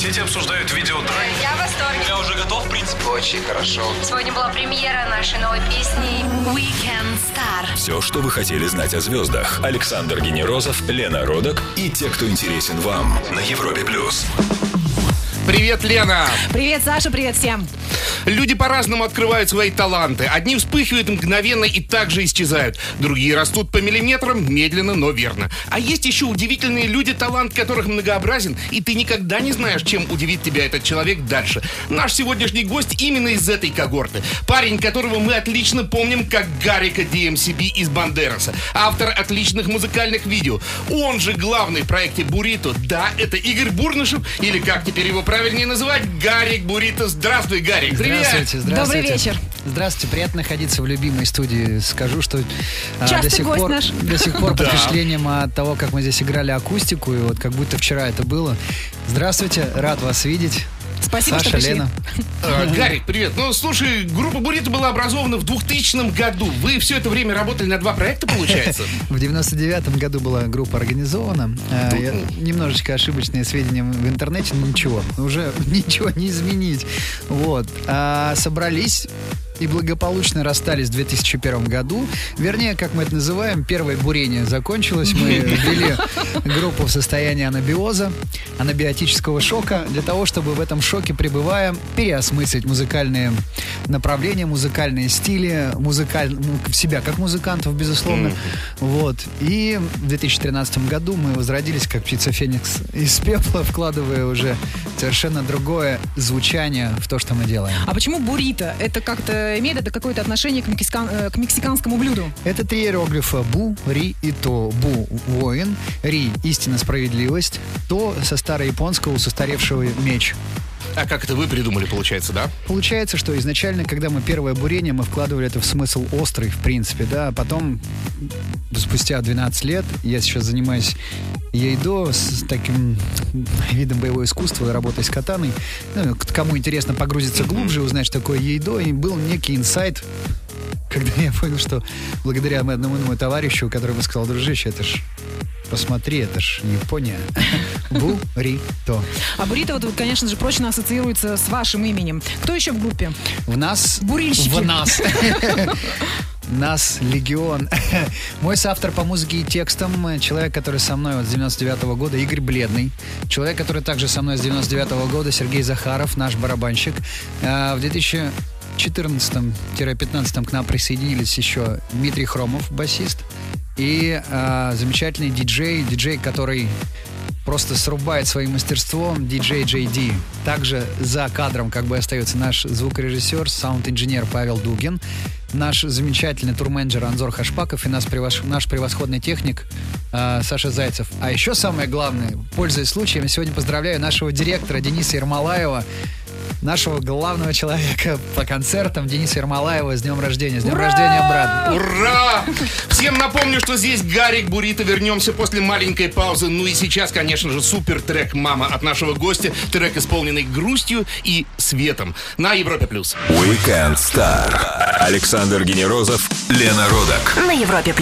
соцсети обсуждают видео драйв. Я в восторге. Я уже готов, в принципе. Очень хорошо. Сегодня была премьера нашей новой песни Weekend Star. Все, что вы хотели знать о звездах. Александр Генерозов, Лена Родок и те, кто интересен вам на Европе+. Привет, Лена! Привет, Саша, привет всем! Люди по-разному открывают свои таланты. Одни вспыхивают мгновенно и также исчезают. Другие растут по миллиметрам, медленно, но верно. А есть еще удивительные люди, талант которых многообразен, и ты никогда не знаешь, чем удивит тебя этот человек дальше. Наш сегодняшний гость именно из этой когорты. Парень, которого мы отлично помним как Гарика DMCB из Бандераса. Автор отличных музыкальных видео. Он же главный в проекте Бурито. Да, это Игорь Бурнышев, или как теперь его правильнее называть, Гарик Бурито. Здравствуй, Гарик. Привет. Здравствуйте. Добрый вечер. Здравствуйте, приятно находиться в любимой студии. Скажу, что Частый гость наш. до сих пор под впечатлением от того, как мы здесь играли акустику, и вот как будто вчера это было. Здравствуйте, рад вас видеть. Спасибо, Саша, что пришли. Лена. Гарик, привет. Ну, слушай, группа Бурито была образована в 2000 году. Вы все это время работали на 2 проекта, получается? В 99-м году была группа организована. Немножечко ошибочные сведения в интернете, но ничего. Уже ничего не изменить. Вот. Собрались и благополучно расстались в 2001 году. Вернее, как мы это называем, первое бурение закончилось. Мы ввели группу в состоянии анабиоза, анабиотического шока, для того, чтобы в этом шоке, пребывая, переосмыслить музыкальные направления, музыкальные стили, себя как музыкантов, безусловно. Вот. И в 2013 году мы возродились как птица Феникс из пепла, вкладывая уже совершенно другое звучание в то, что мы делаем. А почему буррито? Это как-то имеет это какое-то отношение к мексиканскому блюду? Это 3 иероглифа: бу, ри и то. Бу — воин, ри — истина, справедливость, то со старояпонского устаревшего меч. А как это вы придумали, получается, да? Получается, что изначально, когда мы первое бурение, мы вкладывали это в смысл острый, в принципе, да, а потом, спустя 12 лет, я сейчас занимаюсь ейдо с таким видом боевого искусства, работой с катаной. Ну, кому интересно погрузиться глубже, узнать, что такое ейдо, и был некий инсайт, когда я понял, что благодаря одному моему товарищу, который мне сказал: дружище, это ж посмотри, это ж Япония. Бурито. А буррито, вот, конечно же, прочно ассоциируется с вашим именем. Кто еще в группе? В нас... Бурильщики. В нас. Нас легион. Мой соавтор по музыке и текстам, человек, который со мной вот с 99-го года, Игорь Бледный. Человек, который также со мной с 99-го года, Сергей Захаров, наш барабанщик. В 2014-15 к нам присоединились еще Дмитрий Хромов, басист. И замечательный диджей, который просто срубает своим мастерством, диджей Джей Ди. Также за кадром как бы остается наш звукорежиссер, саунд-инженер Павел Дугин, наш замечательный турменеджер Анзор Хашпаков и наш превосходный техник Саша Зайцев. А еще самое главное, пользуясь случаем, я сегодня поздравляю нашего директора Дениса Ермолаева, нашего главного человека по концертам, Дениса Ермолаева. С днем рождения. С днем рождения, брат. Ура! Всем напомню, что здесь Гарик Бурито. Вернемся после маленькой паузы. Ну и сейчас, конечно же, супер трек «Мама» от нашего гостя. Трек, исполненный грустью и светом. На Европе+. Weekend Star. Александр Генерозов, Лена Родок. На Европе+.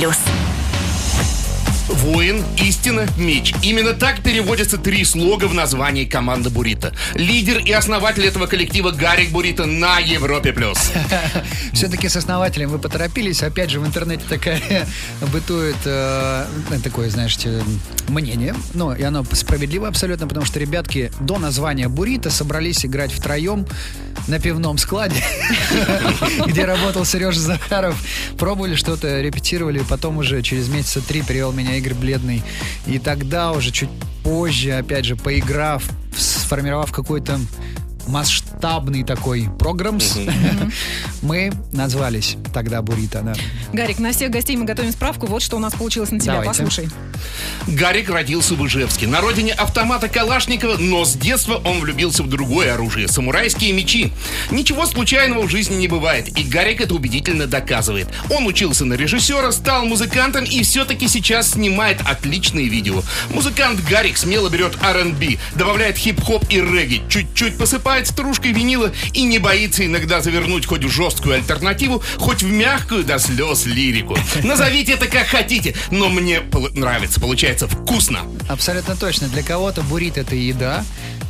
Воин, истина, меч. Именно так переводятся 3 слога в названии команды Бурито. Лидер и основатель этого коллектива Гарик Бурито на Европе+. Все-таки с основателем вы поторопились. Опять же, в интернете бытует такое, знаете, мнение. Но и оно справедливо абсолютно, потому что ребятки до названия Бурито собрались играть втроем на пивном складе, где работал Сережа Захаров. Пробовали что-то, репетировали. Потом уже через месяца 3 перевел меня Игорь Бледный. И тогда уже чуть позже, опять же, поиграв, сформировав какой-то масштабный такой программс, мы назвались тогда Бурито, да. Гарик, на всех гостей мы готовим справку. Вот что у нас получилось на тебя. Давайте. Послушай. Гарик родился в Ижевске, на родине автомата Калашникова, но с детства он влюбился в другое оружие — самурайские мечи. Ничего случайного в жизни не бывает, и Гарик это убедительно доказывает. Он учился на режиссера, стал музыкантом и все-таки сейчас снимает отличные видео. Музыкант Гарик смело берет R&B, добавляет хип-хоп и регги, чуть-чуть посыпает стружкой винила и не боится иногда завернуть хоть в жесткую альтернативу, хоть в мягкую до слез лирику. Назовите это как хотите, но мне нравится, получается вкусно. Абсолютно точно. Для кого-то буррито — это еда,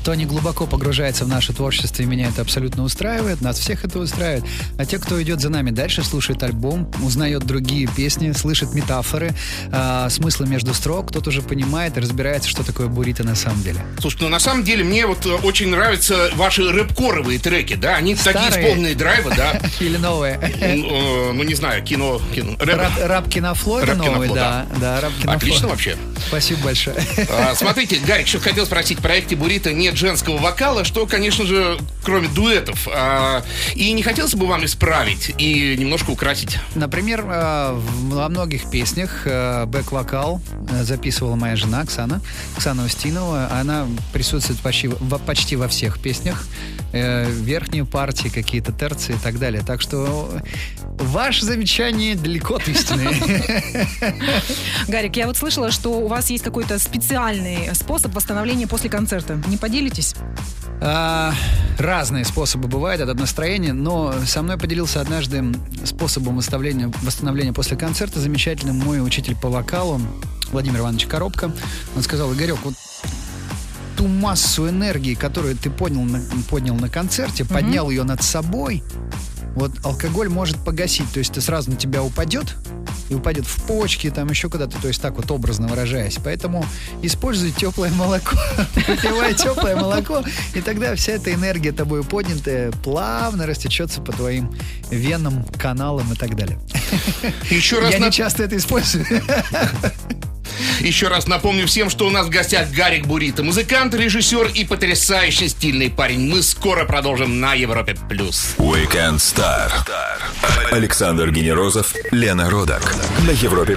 Тони глубоко погружается в наше творчество, и меня это абсолютно устраивает. Нас всех это устраивает. А те, кто идет за нами дальше, слушает альбом, узнает другие песни, слышит метафоры, смыслы между строк, тот уже понимает и разбирается, что такое буррито на самом деле. Слушай, ну на самом деле мне вот очень нравятся ваши рэп-коровые треки, да? Они такие исполненные драйва, да? Или новые? Ну, не знаю, кино... Рап Кинофло новый, да. Рап Кинофло. Отлично вообще. Спасибо большое. Смотрите, Гарик, что хотел спросить. В проекте «Буррито» нет женского вокала, что, конечно же, кроме дуэтов. И не хотелось бы вам исправить и немножко украсить? Например, во многих песнях бэк-вокал записывала моя жена Оксана Устинова. Она присутствует почти во всех песнях. Верхние партии, какие-то терции и так далее. Так что ваше замечание далеко от истины. Гарик, я вот слышала, что у вас есть какой-то специальный способ восстановления после концерта. Не поделитесь? Разные способы бывают от настроения, но со мной поделился однажды способом восстановления после концерта замечательный мой учитель по вокалу Владимир Иванович Коробко. Он сказал: Игорек, вот ту массу энергии, которую ты поднял на концерте, поднял ее над собой, вот алкоголь может погасить. То есть ты сразу на тебя упадет, и упадет в почки, там еще куда-то, то есть так вот образно выражаясь. Поэтому используй теплое молоко, выпивай теплое молоко, и тогда вся эта энергия тобой поднятая плавно растечется по твоим венам, каналам и так далее. Я не часто это использую. Еще раз напомню всем, что у нас в гостях Гарик Буррито, музыкант, режиссер и потрясающе стильный парень. Мы скоро продолжим на Европе+. Weekend Star. Александр Генерозов, Лена Родак на Европе+.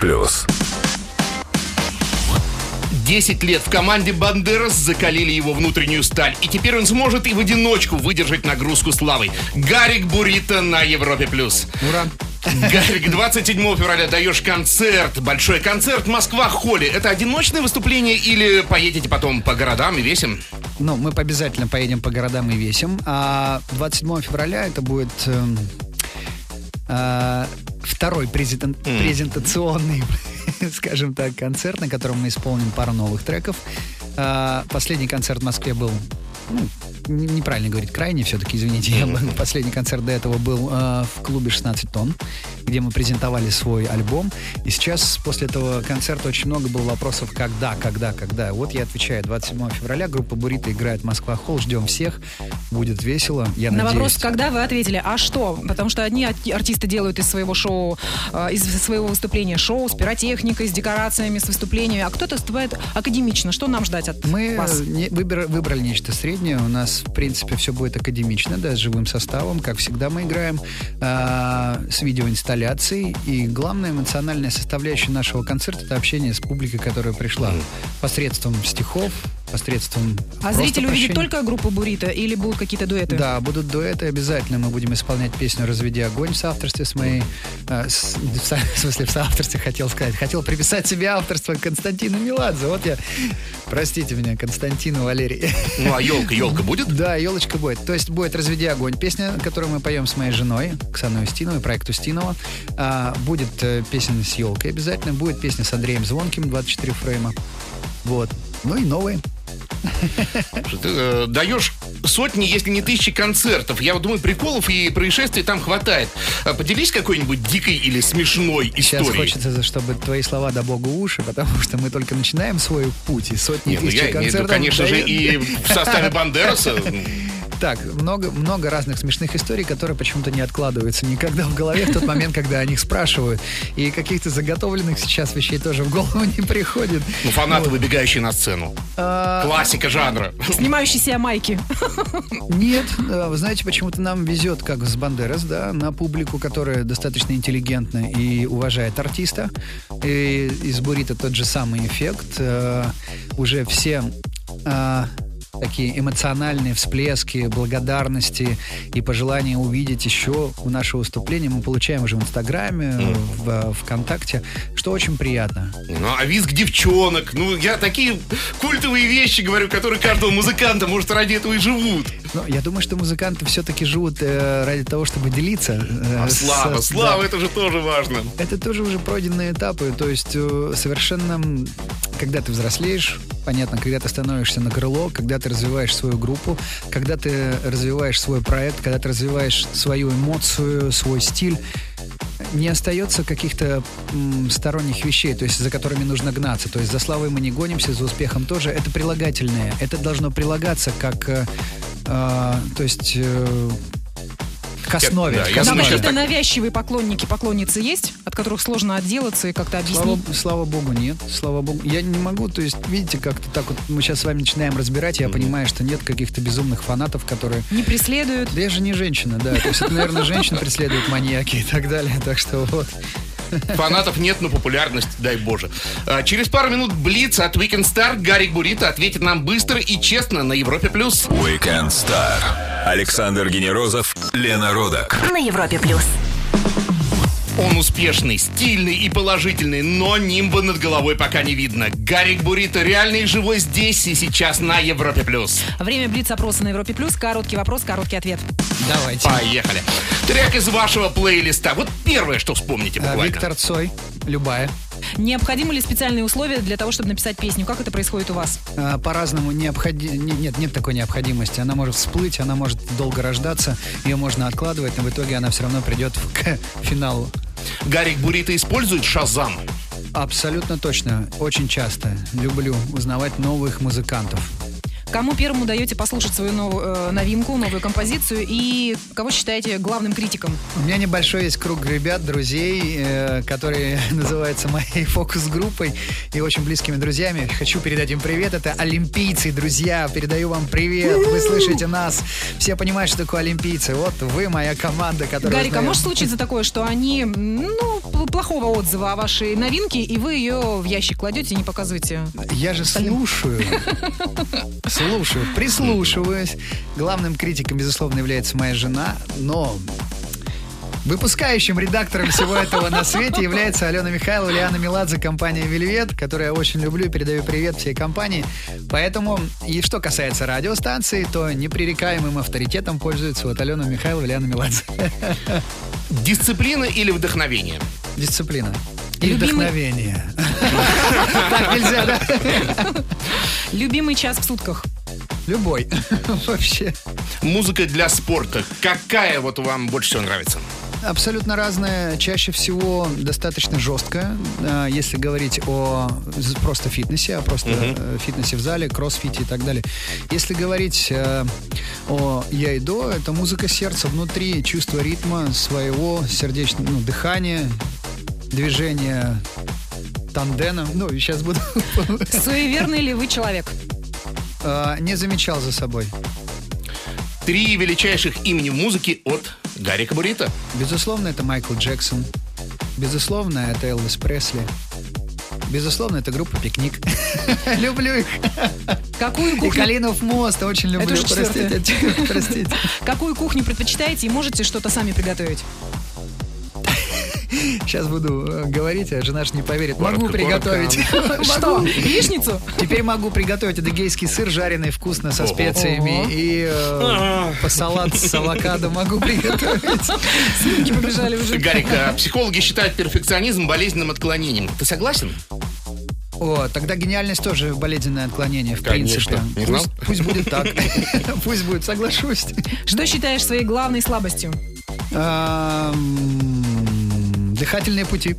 10 лет в команде «Бандерас» закалили его внутреннюю сталь. И теперь он сможет и в одиночку выдержать нагрузку славы. Гарик Буррито на Европе+. Ура! Гарик, 27 февраля даешь концерт, большой концерт «Москва-Холли». Это одиночное выступление или поедете потом по городам и весим? Ну, мы обязательно поедем по городам и весим. А 27 февраля это будет второй презентационный, скажем так, концерт, на котором мы исполним пару новых треков. Последний концерт в Москве был... неправильно говорить, крайне все-таки, извините. Последний концерт до этого был в клубе 16 тонн, где мы презентовали свой альбом. И сейчас, после этого концерта, очень много было вопросов, когда. Вот я отвечаю, 27 февраля группа «Буррито» играет «Москва-Холл». Ждем всех. Будет весело, я надеюсь. На вопрос, когда, вы ответили, а что? Потому что одни артисты делают из своего шоу, из своего выступления шоу с пиротехникой, с декорациями, с выступлениями, а кто-то выступает академично. Что нам ждать от вас? Мы выбрали нечто среднее. У нас, в принципе, все будет академично, да, с живым составом, как всегда мы играем, с видеоинсталляцией. И главная эмоциональная составляющая нашего концерта — это общение с публикой, которая пришла посредством стихов, посредством... А зритель увидит только группу «Буррито» или будут какие-то дуэты? Да, будут дуэты обязательно. Мы будем исполнять песню «Разведи огонь» в соавторстве с моей... в соавторстве хотел сказать. Хотел приписать себе авторство Константину Меладзе. Вот я... Простите меня, Константину, Валерий. Ну, а елка будет? Да, елочка будет. То есть будет «Разведи огонь», песня, которую мы поем с моей женой, Оксаной Устиновой, проект Устинова. Будет песня с елкой обязательно. Будет песня с Андреем Звонким, 24 фрейма. Вот. Ну и новые. Ты даешь сотни, если не тысячи концертов. Я вот думаю, приколов и происшествий там хватает. Поделись какой-нибудь дикой или смешной историей. Сейчас хочется, чтобы твои слова до бога уши, потому что мы только начинаем свой путь, и сотни тысяч концертов. Конечно же, и в составе «Бандераса». Так, много разных смешных историй, которые почему-то не откладываются никогда в голове в тот момент, когда о них спрашивают. И каких-то заготовленных сейчас вещей тоже в голову не приходит. Ну, фанаты, выбегающие на сцену. Классика жанра. Снимающие себя майки. Нет, вы знаете, почему-то нам везет, как с «Бандерас», да, на публику, которая достаточно интеллигентна и уважает артиста. И из «Буррито» тот же самый эффект. Уже все... такие эмоциональные всплески, благодарности и пожелания увидеть еще наше выступление мы получаем уже в Инстаграме, в ВКонтакте, что очень приятно. Ну, а визг девчонок, ну, я такие культовые вещи говорю, которые каждого музыканта, может, ради этого и живут. Ну, я думаю, что музыканты все-таки живут ради того, чтобы делиться. Слава, это же тоже важно. Это тоже уже пройденные этапы, то есть совершенно, когда ты взрослеешь, Понятно, когда ты становишься на крыло, когда ты развиваешь свою группу, когда ты развиваешь свой проект, когда ты развиваешь свою эмоцию, свой стиль, не остается каких-то сторонних вещей, то есть за которыми нужно гнаться. То есть за славой мы не гонимся, за успехом тоже. Это прилагательное. Это должно прилагаться как... к основе. Да, Но какие-то навязчивые поклонники, поклонницы есть, от которых сложно отделаться и как-то объяснить? Слава богу, нет. Слава богу. Я не могу, то есть, видите, как-то так вот мы сейчас с вами начинаем разбирать, я понимаю, что нет каких-то безумных фанатов, которые... Не преследуют? Да я же не женщина, да. То есть, это, наверное, женщин преследуют маньяки и так далее. Так что вот... Фанатов нет, но популярность, дай боже. Через пару минут Блиц от Weekend Star. Гарик Бурито ответит нам быстро и честно на Европе+. Weekend Star. Александр Генерозов, Лена Родак. На Европе+. Он успешный, стильный и положительный, но нимба над головой пока не видно. Гарик Бурито реальный и живой здесь и сейчас на Европе+. Время Блиц-опроса на Европе+. Короткий вопрос, короткий ответ. Давайте. Поехали. Трек из вашего плейлиста. Вот первое, что вспомните буквально. Виктор Цой, любая. Необходимы ли специальные условия для того, чтобы написать песню? Как это происходит у вас? По-разному нет такой необходимости. Она может всплыть, она может долго рождаться, ее можно откладывать, но в итоге она все равно придет к финалу. Гарик Бурито использует Шазам? Абсолютно точно. Очень часто. Люблю узнавать новых музыкантов. Кому первому даете послушать свою новинку, новую композицию, и кого считаете главным критиком? У меня небольшой есть круг ребят, друзей, которые называются моей фокус-группой и очень близкими друзьями. Хочу передать им привет. Это олимпийцы, друзья. Передаю вам привет. Вы слышите нас. Все понимают, что такое олимпийцы. Вот вы, моя команда, которая... Гарик, а может случиться такое, что они, плохого отзыва о вашей новинке, и вы ее в ящик кладете и не показываете? Я же слушаю, прислушиваюсь. Главным критиком, безусловно, является моя жена, но выпускающим редактором всего этого на свете является Алена Михайлова, Лиана Меладзе, компания «Вельвет», которую я очень люблю и передаю привет всей компании. Поэтому, и что касается радиостанции, то непререкаемым авторитетом пользуется вот Алена Михайлова, Лиана Меладзе. Дисциплина или вдохновение? Дисциплина. И вдохновение. Так нельзя, да? Любимый час в сутках? Любой. Вообще. Музыка для спорта. Какая вот вам больше всего нравится? Абсолютно разная. Чаще всего достаточно жесткая. Если говорить о просто фитнесе, фитнесе в зале, кроссфите и так далее. Если говорить о я и до, это музыка сердца внутри, чувство ритма своего сердечного дыхания, движения тандема. Сейчас буду... Суеверный ли вы человек? Не замечал за собой. 3 величайших имени музыки от Гарика Бурито. Безусловно, это Майкл Джексон. Безусловно, это Элвис Пресли. Безусловно, это группа «Пикник». Люблю их. Какую кухню... И «Калинов мост» очень люблю. Это уже Простите. Какую кухню предпочитаете и можете что-то сами приготовить? Сейчас буду говорить, а жена ж не поверит. Могу приготовить. Что? Яичницу? Теперь могу приготовить адыгейский сыр, жареный вкусно, со специями. И салат с авокадо могу приготовить. Слюнки побежали уже. Гарик, психологи считают перфекционизм болезненным отклонением. Ты согласен? Тогда гениальность тоже болезненное отклонение, в Конечно. принципе. Не знал? Пусть будет так. Пусть будет, соглашусь. Что считаешь своей главной слабостью? Дыхательные пути.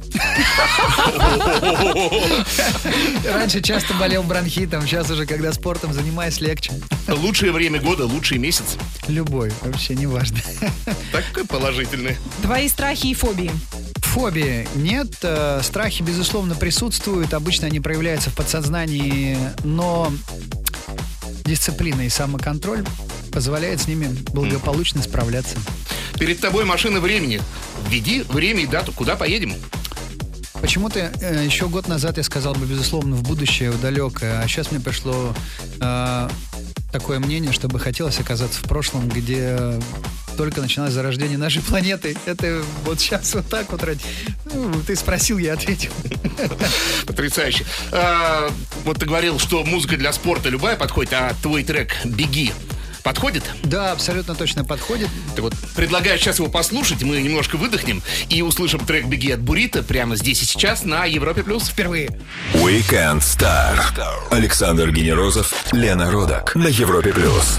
Раньше часто болел бронхитом, сейчас уже, когда спортом занимаюсь, легче. Лучшее время года, лучший месяц? Любой, вообще, неважно. Такой положительный. Твои страхи и фобии? Фобии нет, страхи, безусловно, присутствуют. Обычно они проявляются в подсознании, но дисциплина и самоконтроль позволяет с ними благополучно справляться. Перед тобой машина времени. Введи время и дату. Куда поедем? Почему-то еще год назад я сказал бы, безусловно, в будущее, в далекое. А сейчас мне пришло такое мнение, что бы хотелось оказаться в прошлом, где только начиналось зарождение нашей планеты. Это вот сейчас вот так вот. Ты спросил, я ответил. Потрясающе. Вот ты говорил, что музыка для спорта любая подходит, а твой трек «Беги» Подходит? Да, абсолютно точно подходит. Так вот, предлагаю сейчас его послушать, мы немножко выдохнем и услышим трек «Беги от Бурито» прямо здесь и сейчас на Европе+. Впервые. Weekend Star. Александр Генерозов, Лена Родак на Европе+.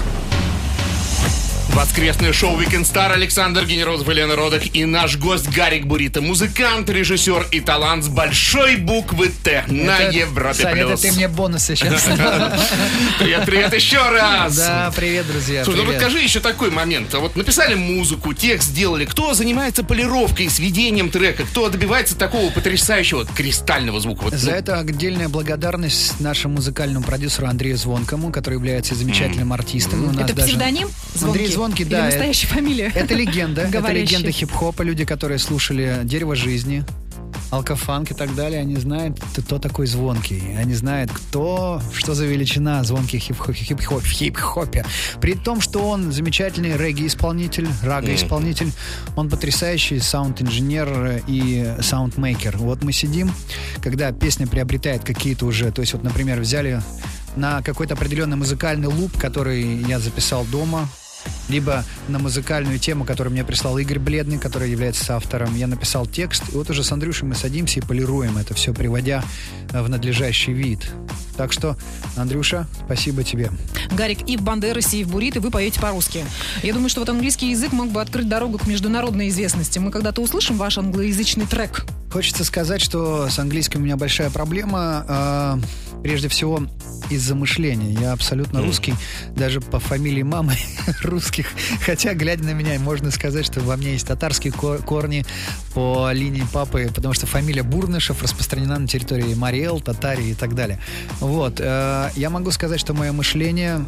Воскресное шоу Weekend Star, Александр Генерозов и Лена Родак и наш гость Гарик Бурито, музыкант, режиссер и талант с большой буквы Т на Европе+. Саня, это ты мне бонусы сейчас. Привет еще раз. Да, привет, друзья. Слушай, ну привет. расскажи еще такой момент. Вот написали музыку, текст сделали. Кто занимается полировкой, сведением трека? Кто добивается такого потрясающего кристального звука? Вот, За это отдельная благодарность нашему музыкальному продюсеру Андрею Звонкому, который является замечательным артистом. У нас Это даже псевдоним? Андрей Звонкий, Или да. настоящая фамилия? Это легенда. Это Говорящая. легенда хип-хопа. Люди, которые слушали «Дерево жизни», алкофанк и так далее, они знают, кто такой Звонкий. Они знают, что за величина Звонкий в хип-хопе. При том, что он замечательный регги-исполнитель, рага-исполнитель. Он потрясающий саунд-инженер и саунд-мейкер. Вот мы сидим, когда песня приобретает какие-то уже... То есть, вот, например, взяли на какой-то определенный музыкальный луп, который я записал дома, либо на музыкальную тему, которую мне прислал Игорь Бледный, который является соавтором. Я написал текст, и вот уже с Андрюшей мы садимся и полируем это все, приводя в надлежащий вид. Так что, Андрюша, спасибо тебе. Гарик, и в Бандерасе, и в Бурито вы поете по-русски. Я думаю, что вот английский язык мог бы открыть дорогу к международной известности. Мы когда-то услышим ваш англоязычный трек. Хочется сказать, что с английским у меня большая проблема. Прежде всего, из-за мышления. Я абсолютно русский, даже по фамилии мамы русских. Хотя, глядя на меня, можно сказать, что во мне есть татарские корни по линии папы, потому что фамилия Бурнышев распространена на территории Мариэл, Татарии и так далее. Вот. Я могу сказать, что мое мышление,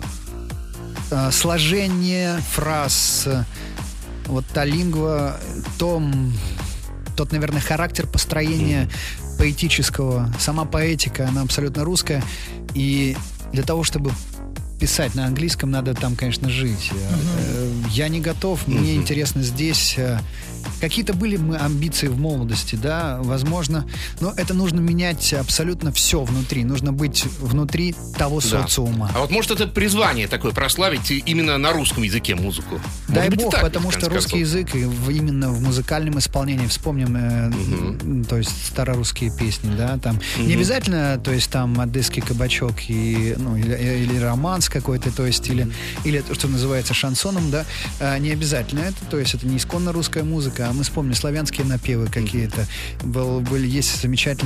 сложение фраз, вот та лингва, тот, наверное, характер построения поэтического, сама поэтика, она абсолютно русская. И для того, чтобы писать на английском, надо там, конечно, жить. Я не готов, мне интересно здесь. Какие-то были амбиции в молодости, да, возможно, но это нужно менять абсолютно все внутри. Нужно быть внутри того социума. А вот может это призвание такое, прославить именно на русском языке музыку? Дай Может быть, бог, так, потому что русский язык именно в музыкальном исполнении, вспомним, то есть старорусские песни, да, там не обязательно, то есть там одесский кабачок и, ну, или романс какой-то, то есть или то, что называется шансоном, да, не обязательно это, то есть это не исконно русская музыка, а мы вспомним славянские напевы какие-то, есть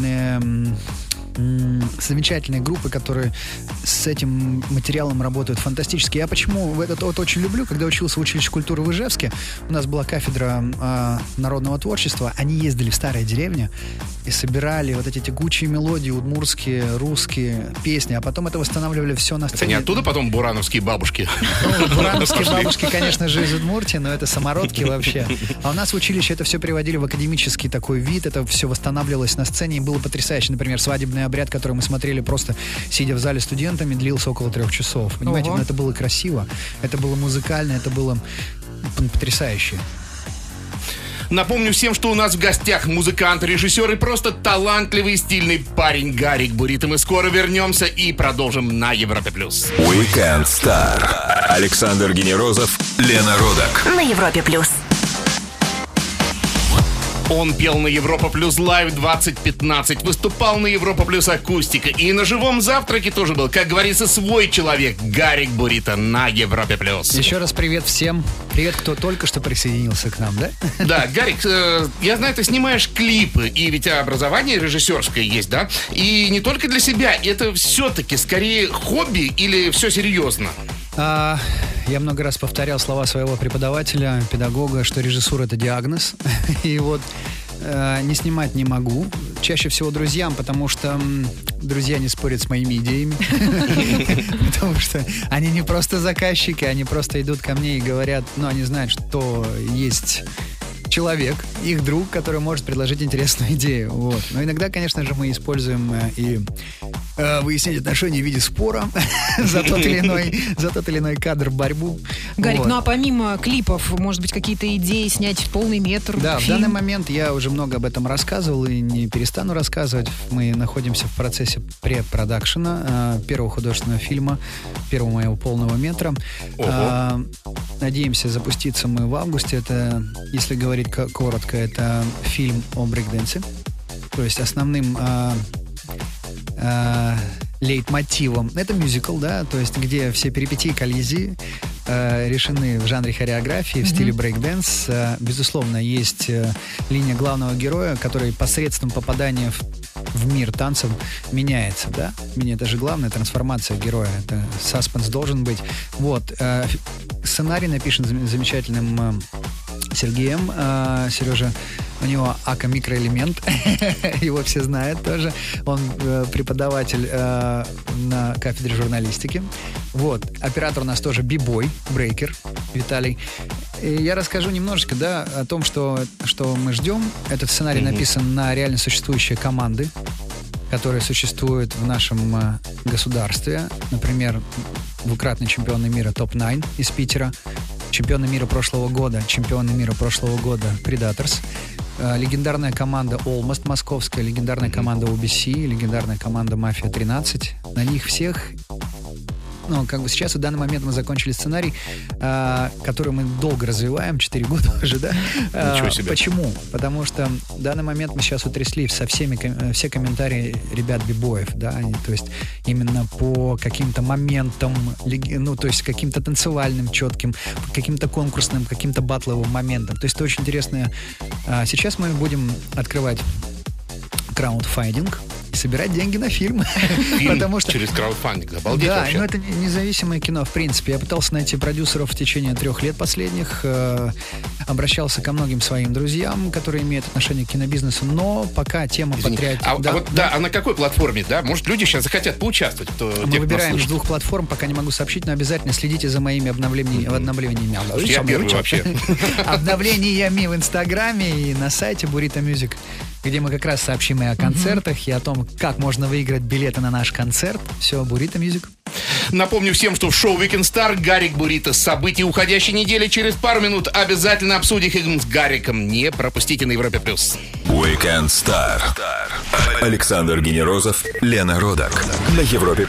замечательные группы, которые с этим материалом работают фантастически. Я почему этот очень люблю, когда учился в училище культуры в Ижевске, у нас была кафедра народного творчества, они ездили в старые деревни и собирали вот эти тягучие мелодии, удмуртские, русские песни, а потом это восстанавливали все на сцене. Это не оттуда потом бурановские бабушки? Бурановские бабушки, конечно же, из Удмуртии, но это самородки вообще. А у нас в училище это все приводили в академический такой вид, это все восстанавливалось на сцене, и было потрясающе. Например, свадебный обряд, который мы смотрели просто сидя в зале студентами, длился около 3 часов. Понимаете, но это было красиво, это было музыкально, это было потрясающе. Напомню всем, что у нас в гостях музыкант, режиссер и просто талантливый и стильный парень Гарик Бурито. Мы скоро вернемся и продолжим на Европе+. Weekend Star. Александр Генерозов, Лена Родак. На Европе+. Он пел на Европа Плюс Лайв 2015, выступал на Европа Плюс Акустика и на живом завтраке тоже был, как говорится, свой человек Гарик Бурито на Европе Плюс. Еще раз привет всем. Привет, кто только что присоединился к нам, да? Да, Гарик, я знаю, ты снимаешь клипы, и ведь образование режиссерское есть, да? И не только для себя, это все-таки скорее хобби или все серьезно? Я много раз повторял слова своего преподавателя, педагога, что режиссура — это диагноз. И вот не снимать не могу. Чаще всего друзьям, потому что друзья не спорят с моими идеями. Потому что они не просто заказчики, они просто идут ко мне и говорят, ну, они знают, что есть человек, их друг, который может предложить интересную идею. Вот. Но иногда, конечно же, мы используем и выяснять отношения в виде спора за тот или иной кадр, борьбу. Гарик, Вот. ну а помимо клипов, может быть, какие-то идеи снять полный метр? Да, в фильм? данный момент я уже много об этом рассказывал и не перестану рассказывать. Мы находимся в процессе препродакшена первого художественного фильма, первого моего полного метра. Надеемся запуститься мы в августе. Это, если говорить коротко, это фильм о брейкденсе. То есть основным лейтмотивом это мюзикл, да, то есть где все перипетии, коллизии решены в жанре хореографии, в стиле брейкдэнс. Безусловно, есть линия главного героя, который посредством попадания в мир танцев меняется, да? Это же главная трансформация героя. Это саспенс должен быть. Вот. Сценарий написан замечательным Сергеем. Сережа, у него АКА микроэлемент. Его все знают тоже. Он преподаватель на кафедре журналистики. Вот. Оператор у нас тоже бибой, брейкер Виталий. И я расскажу немножечко, да, о том, что мы ждем. Этот сценарий написан на реально существующие команды, которые существуют в нашем государстве. Например, двукратный чемпионы мира топ-9 из Питера, чемпионы мира прошлого года Predators, легендарная команда Almost московская, легендарная команда OBC, легендарная команда Мафия 13. На них всех... Ну, как бы сейчас, в данный момент мы закончили сценарий, который мы долго развиваем, 4 года уже, да? Ничего себе. Почему? Потому что в данный момент мы сейчас утрясли все комментарии ребят-бибоев, да, то есть именно по каким-то моментам, ну, то есть каким-то танцевальным, четким, каким-то конкурсным, каким-то батловым моментам. То есть это очень интересно. Сейчас мы будем открывать краудфандинг и собирать деньги на фильм. Потому что... через краудфандинг. Обалдеть да, вообще. но это независимое кино, в принципе. Я пытался найти продюсеров в течение 3 лет последних. Обращался ко многим своим друзьям, которые имеют отношение к кинобизнесу, но пока тема патриотизма... А на какой платформе, да? Может, люди сейчас захотят поучаствовать? Мы выбираем из 2 платформ, пока не могу сообщить, но обязательно следите за моими обновлениями. Я первый вообще. Обновлениями в Инстаграме и на сайте Burrito Music, где мы как раз сообщим и о концертах, и о том, как можно выиграть билеты на наш концерт. Все, Burrito Music. Напомню всем, что в шоу Weekend Star Гарик Бурито. События уходящей недели через пару минут обязательно обсудим их с Гариком. Не пропустите на Европе+. Weekend Star. Александр Генерозов, Лена Родак на Европе+.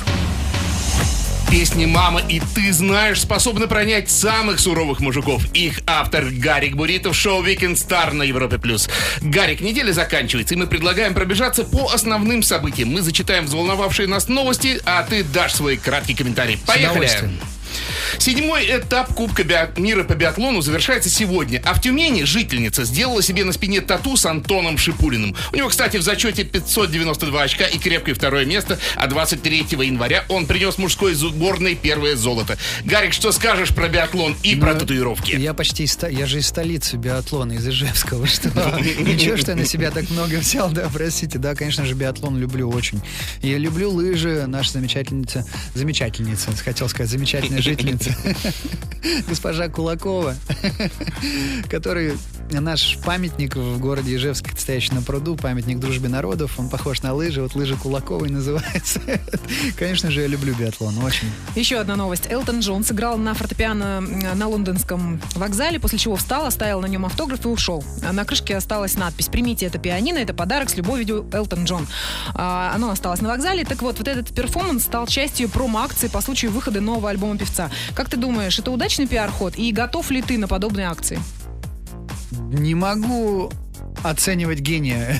Песни «Мама» и «Ты знаешь» способны пронять самых суровых мужиков. Их автор Гарик Бурито в шоу Weekend Star на Европе+. Гарик, неделя заканчивается, и мы предлагаем пробежаться по основным событиям. Мы зачитаем взволновавшие нас новости, а ты дашь свой краткий комментарий. Поехали! 7-й этап Кубка мира по биатлону завершается сегодня. А в Тюмени жительница сделала себе на спине тату с Антоном Шипулиным. У него, кстати, в зачете 592 очка и крепкое 2 место. А 23 января он принес мужской сборной первое золото. Гарик, что скажешь про биатлон и про татуировки? Я же из столицы биатлона, из Ижевского. Что? Ничего, что я на себя так много взял, да, простите. Да, конечно же, биатлон люблю очень. Я люблю лыжи. Наша замечательница, хотел сказать, замечательная жительница, госпожа Кулакова, который наш памятник в городе Ижевск, стоящий на пруду, памятник дружбе народов, он похож на лыжи, вот лыжи Кулаковой называется. Конечно же, я люблю биатлон, очень. Еще одна новость. Элтон Джон сыграл на фортепиано на лондонском вокзале, после чего встал, оставил на нем автограф и ушел. На крышке осталась надпись: «Примите это пианино, это подарок с любовью, Элтон Джон». Оно осталось на вокзале. Так вот этот перформанс стал частью промо-акции по случаю выхода нового альбома певца. Как ты думаешь, это удачный пиар-ход? И готов ли ты на подобные акции? Не могу оценивать гения.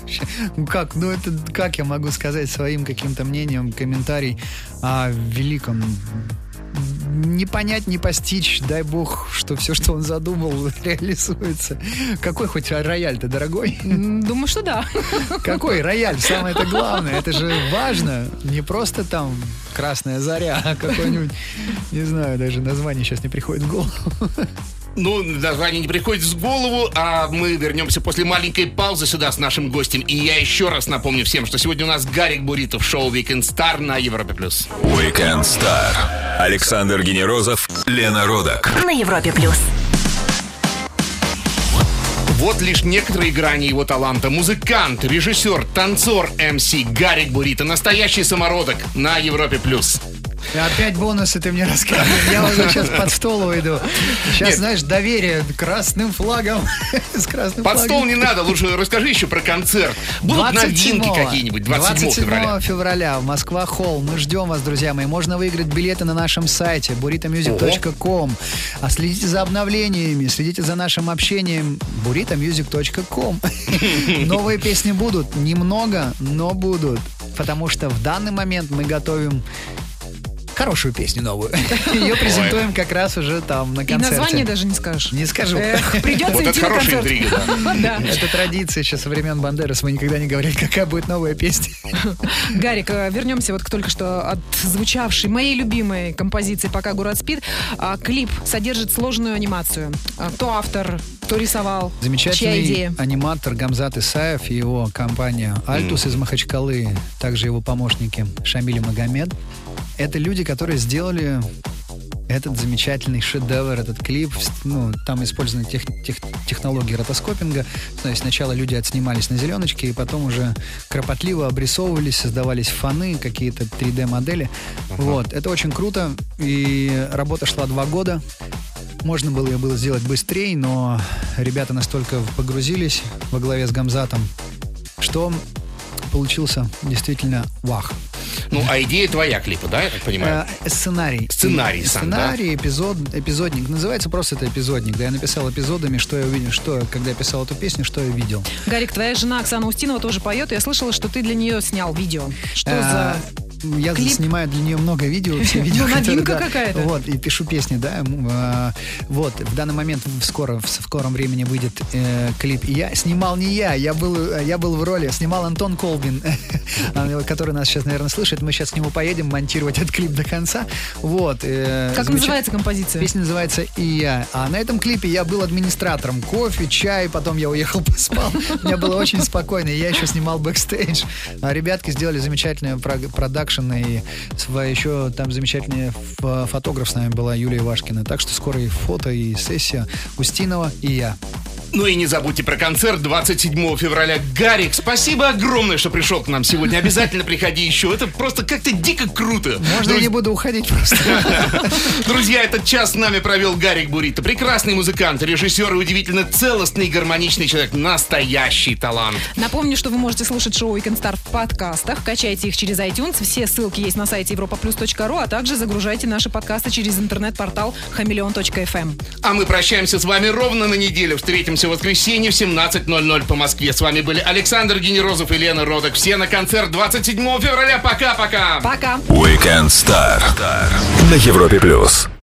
Как я могу сказать своим каким-то мнением, комментарий о великом? Не понять, не постичь. Дай бог, что все, что он задумал, реализуется. Какой хоть рояль-то дорогой? Думаю, что да. Какой рояль? Самое-то главное. Это же важно. Не просто там «Красная заря», а какой-нибудь, не знаю, даже название сейчас не приходит в голову. Ну, название не приходит в голову, а мы вернемся после маленькой паузы сюда с нашим гостем. И я еще раз напомню всем, что сегодня у нас Гарик Бурито в шоу Weekend Star на Европе+. Weekend Star. Александр Генерозов, Лена Родак. На Европе+. Вот лишь некоторые грани его таланта. Музыкант, режиссер, танцор, МС Гарик Бурито. Настоящий самородок на Европе+. И опять бонусы ты мне рассказываешь. Я уже сейчас под стол уйду. Сейчас, Нет. знаешь, доверие красным флагом. С красным Под флагом. стол не надо, лучше расскажи еще про концерт. Будут новинки какие-нибудь 27 февраля. 27 февраля в Москва-холл. Мы ждем вас, друзья мои. Можно выиграть билеты на нашем сайте burritomusic.com. А следите за обновлениями, следите за нашим общением burritomusic.com. Новые песни будут. Немного, но будут. Потому что в данный момент мы готовим хорошую песню новую. Ее презентуем как раз уже там на И концерте. название даже не скажешь. Не скажу. Придется Вот это идти на хорошая концерт. интрига, да. Да. Это традиция еще со времен Бандерас. Мы никогда не говорили, какая будет новая песня. Гарик, вернемся вот к только что отзвучавшей моей любимой композиции «Пока город спит». Клип содержит сложную анимацию. Кто автор, кто рисовал, чья Замечательный идея? аниматор Гамзат Исаев и его компания «Альтус» из Махачкалы, также его помощники Шамиль и Магомед. Это люди, которые сделали этот замечательный шедевр, этот клип. Ну, там использованы технологии ротоскопинга. То есть сначала люди отснимались на зеленочке, и потом уже кропотливо обрисовывались, создавались фоны, какие-то 3D-модели. Вот. Это очень круто. И работа шла 2 года. Можно было ее было сделать быстрее, но ребята настолько погрузились во главе с Гамзатом, что получился действительно вах. Ну, а идея твоя клипа, да, я так понимаю? Сценарий. Сценарий сам, да? Сценарий, эпизодник. Называется просто это эпизодник. Да, я написал эпизодами, что я увидел, когда я писал эту песню, что я видел. Гарик, твоя жена Оксана Устинова тоже поет. Я слышала, что ты для нее снял видео. Что за... Я клип? снимаю для нее много видео, все видео, Ну, новинка которые, да, какая-то. Вот, и пишу песни, да. Вот, в данный момент в скором времени выйдет клип. И я снимал не я был в роли, снимал Антон Колбин, который нас сейчас, наверное, слышит. Мы сейчас к нему поедем монтировать этот клип до конца. Вот. Как называется композиция? Песня называется «И я». А на этом клипе я был администратором. Кофе, чай, потом я уехал, поспал. У меня было очень спокойно. Я еще снимал бэкстейдж. А ребятки сделали замечательный продакшн. И еще там замечательный фотограф с нами была, Юлия Вашкина. Так что скоро и фото, и сессия Устинова, и я. Ну и не забудьте про концерт 27 февраля. Гарик, спасибо огромное, что пришел к нам сегодня. Обязательно приходи еще. Это просто как-то дико круто. Можно я не буду уходить просто? Друзья, этот час с нами провел Гарик Бурито. Прекрасный музыкант, режиссер и удивительно целостный и гармоничный человек. Настоящий талант. Напомню, что вы можете слушать шоу Weekend Star в подкастах. Качайте их через iTunes. Все ссылки есть на сайте europaplus.ru, а также загружайте наши подкасты через интернет-портал chameleon.fm. А мы прощаемся с вами ровно на неделю. Встретимся в воскресенье в 17:00 по Москве. С вами были Александр Генерозов и Лена Родок. Все на концерт 27 февраля. Пока-пока. Пока. Weekend Star на Европе+.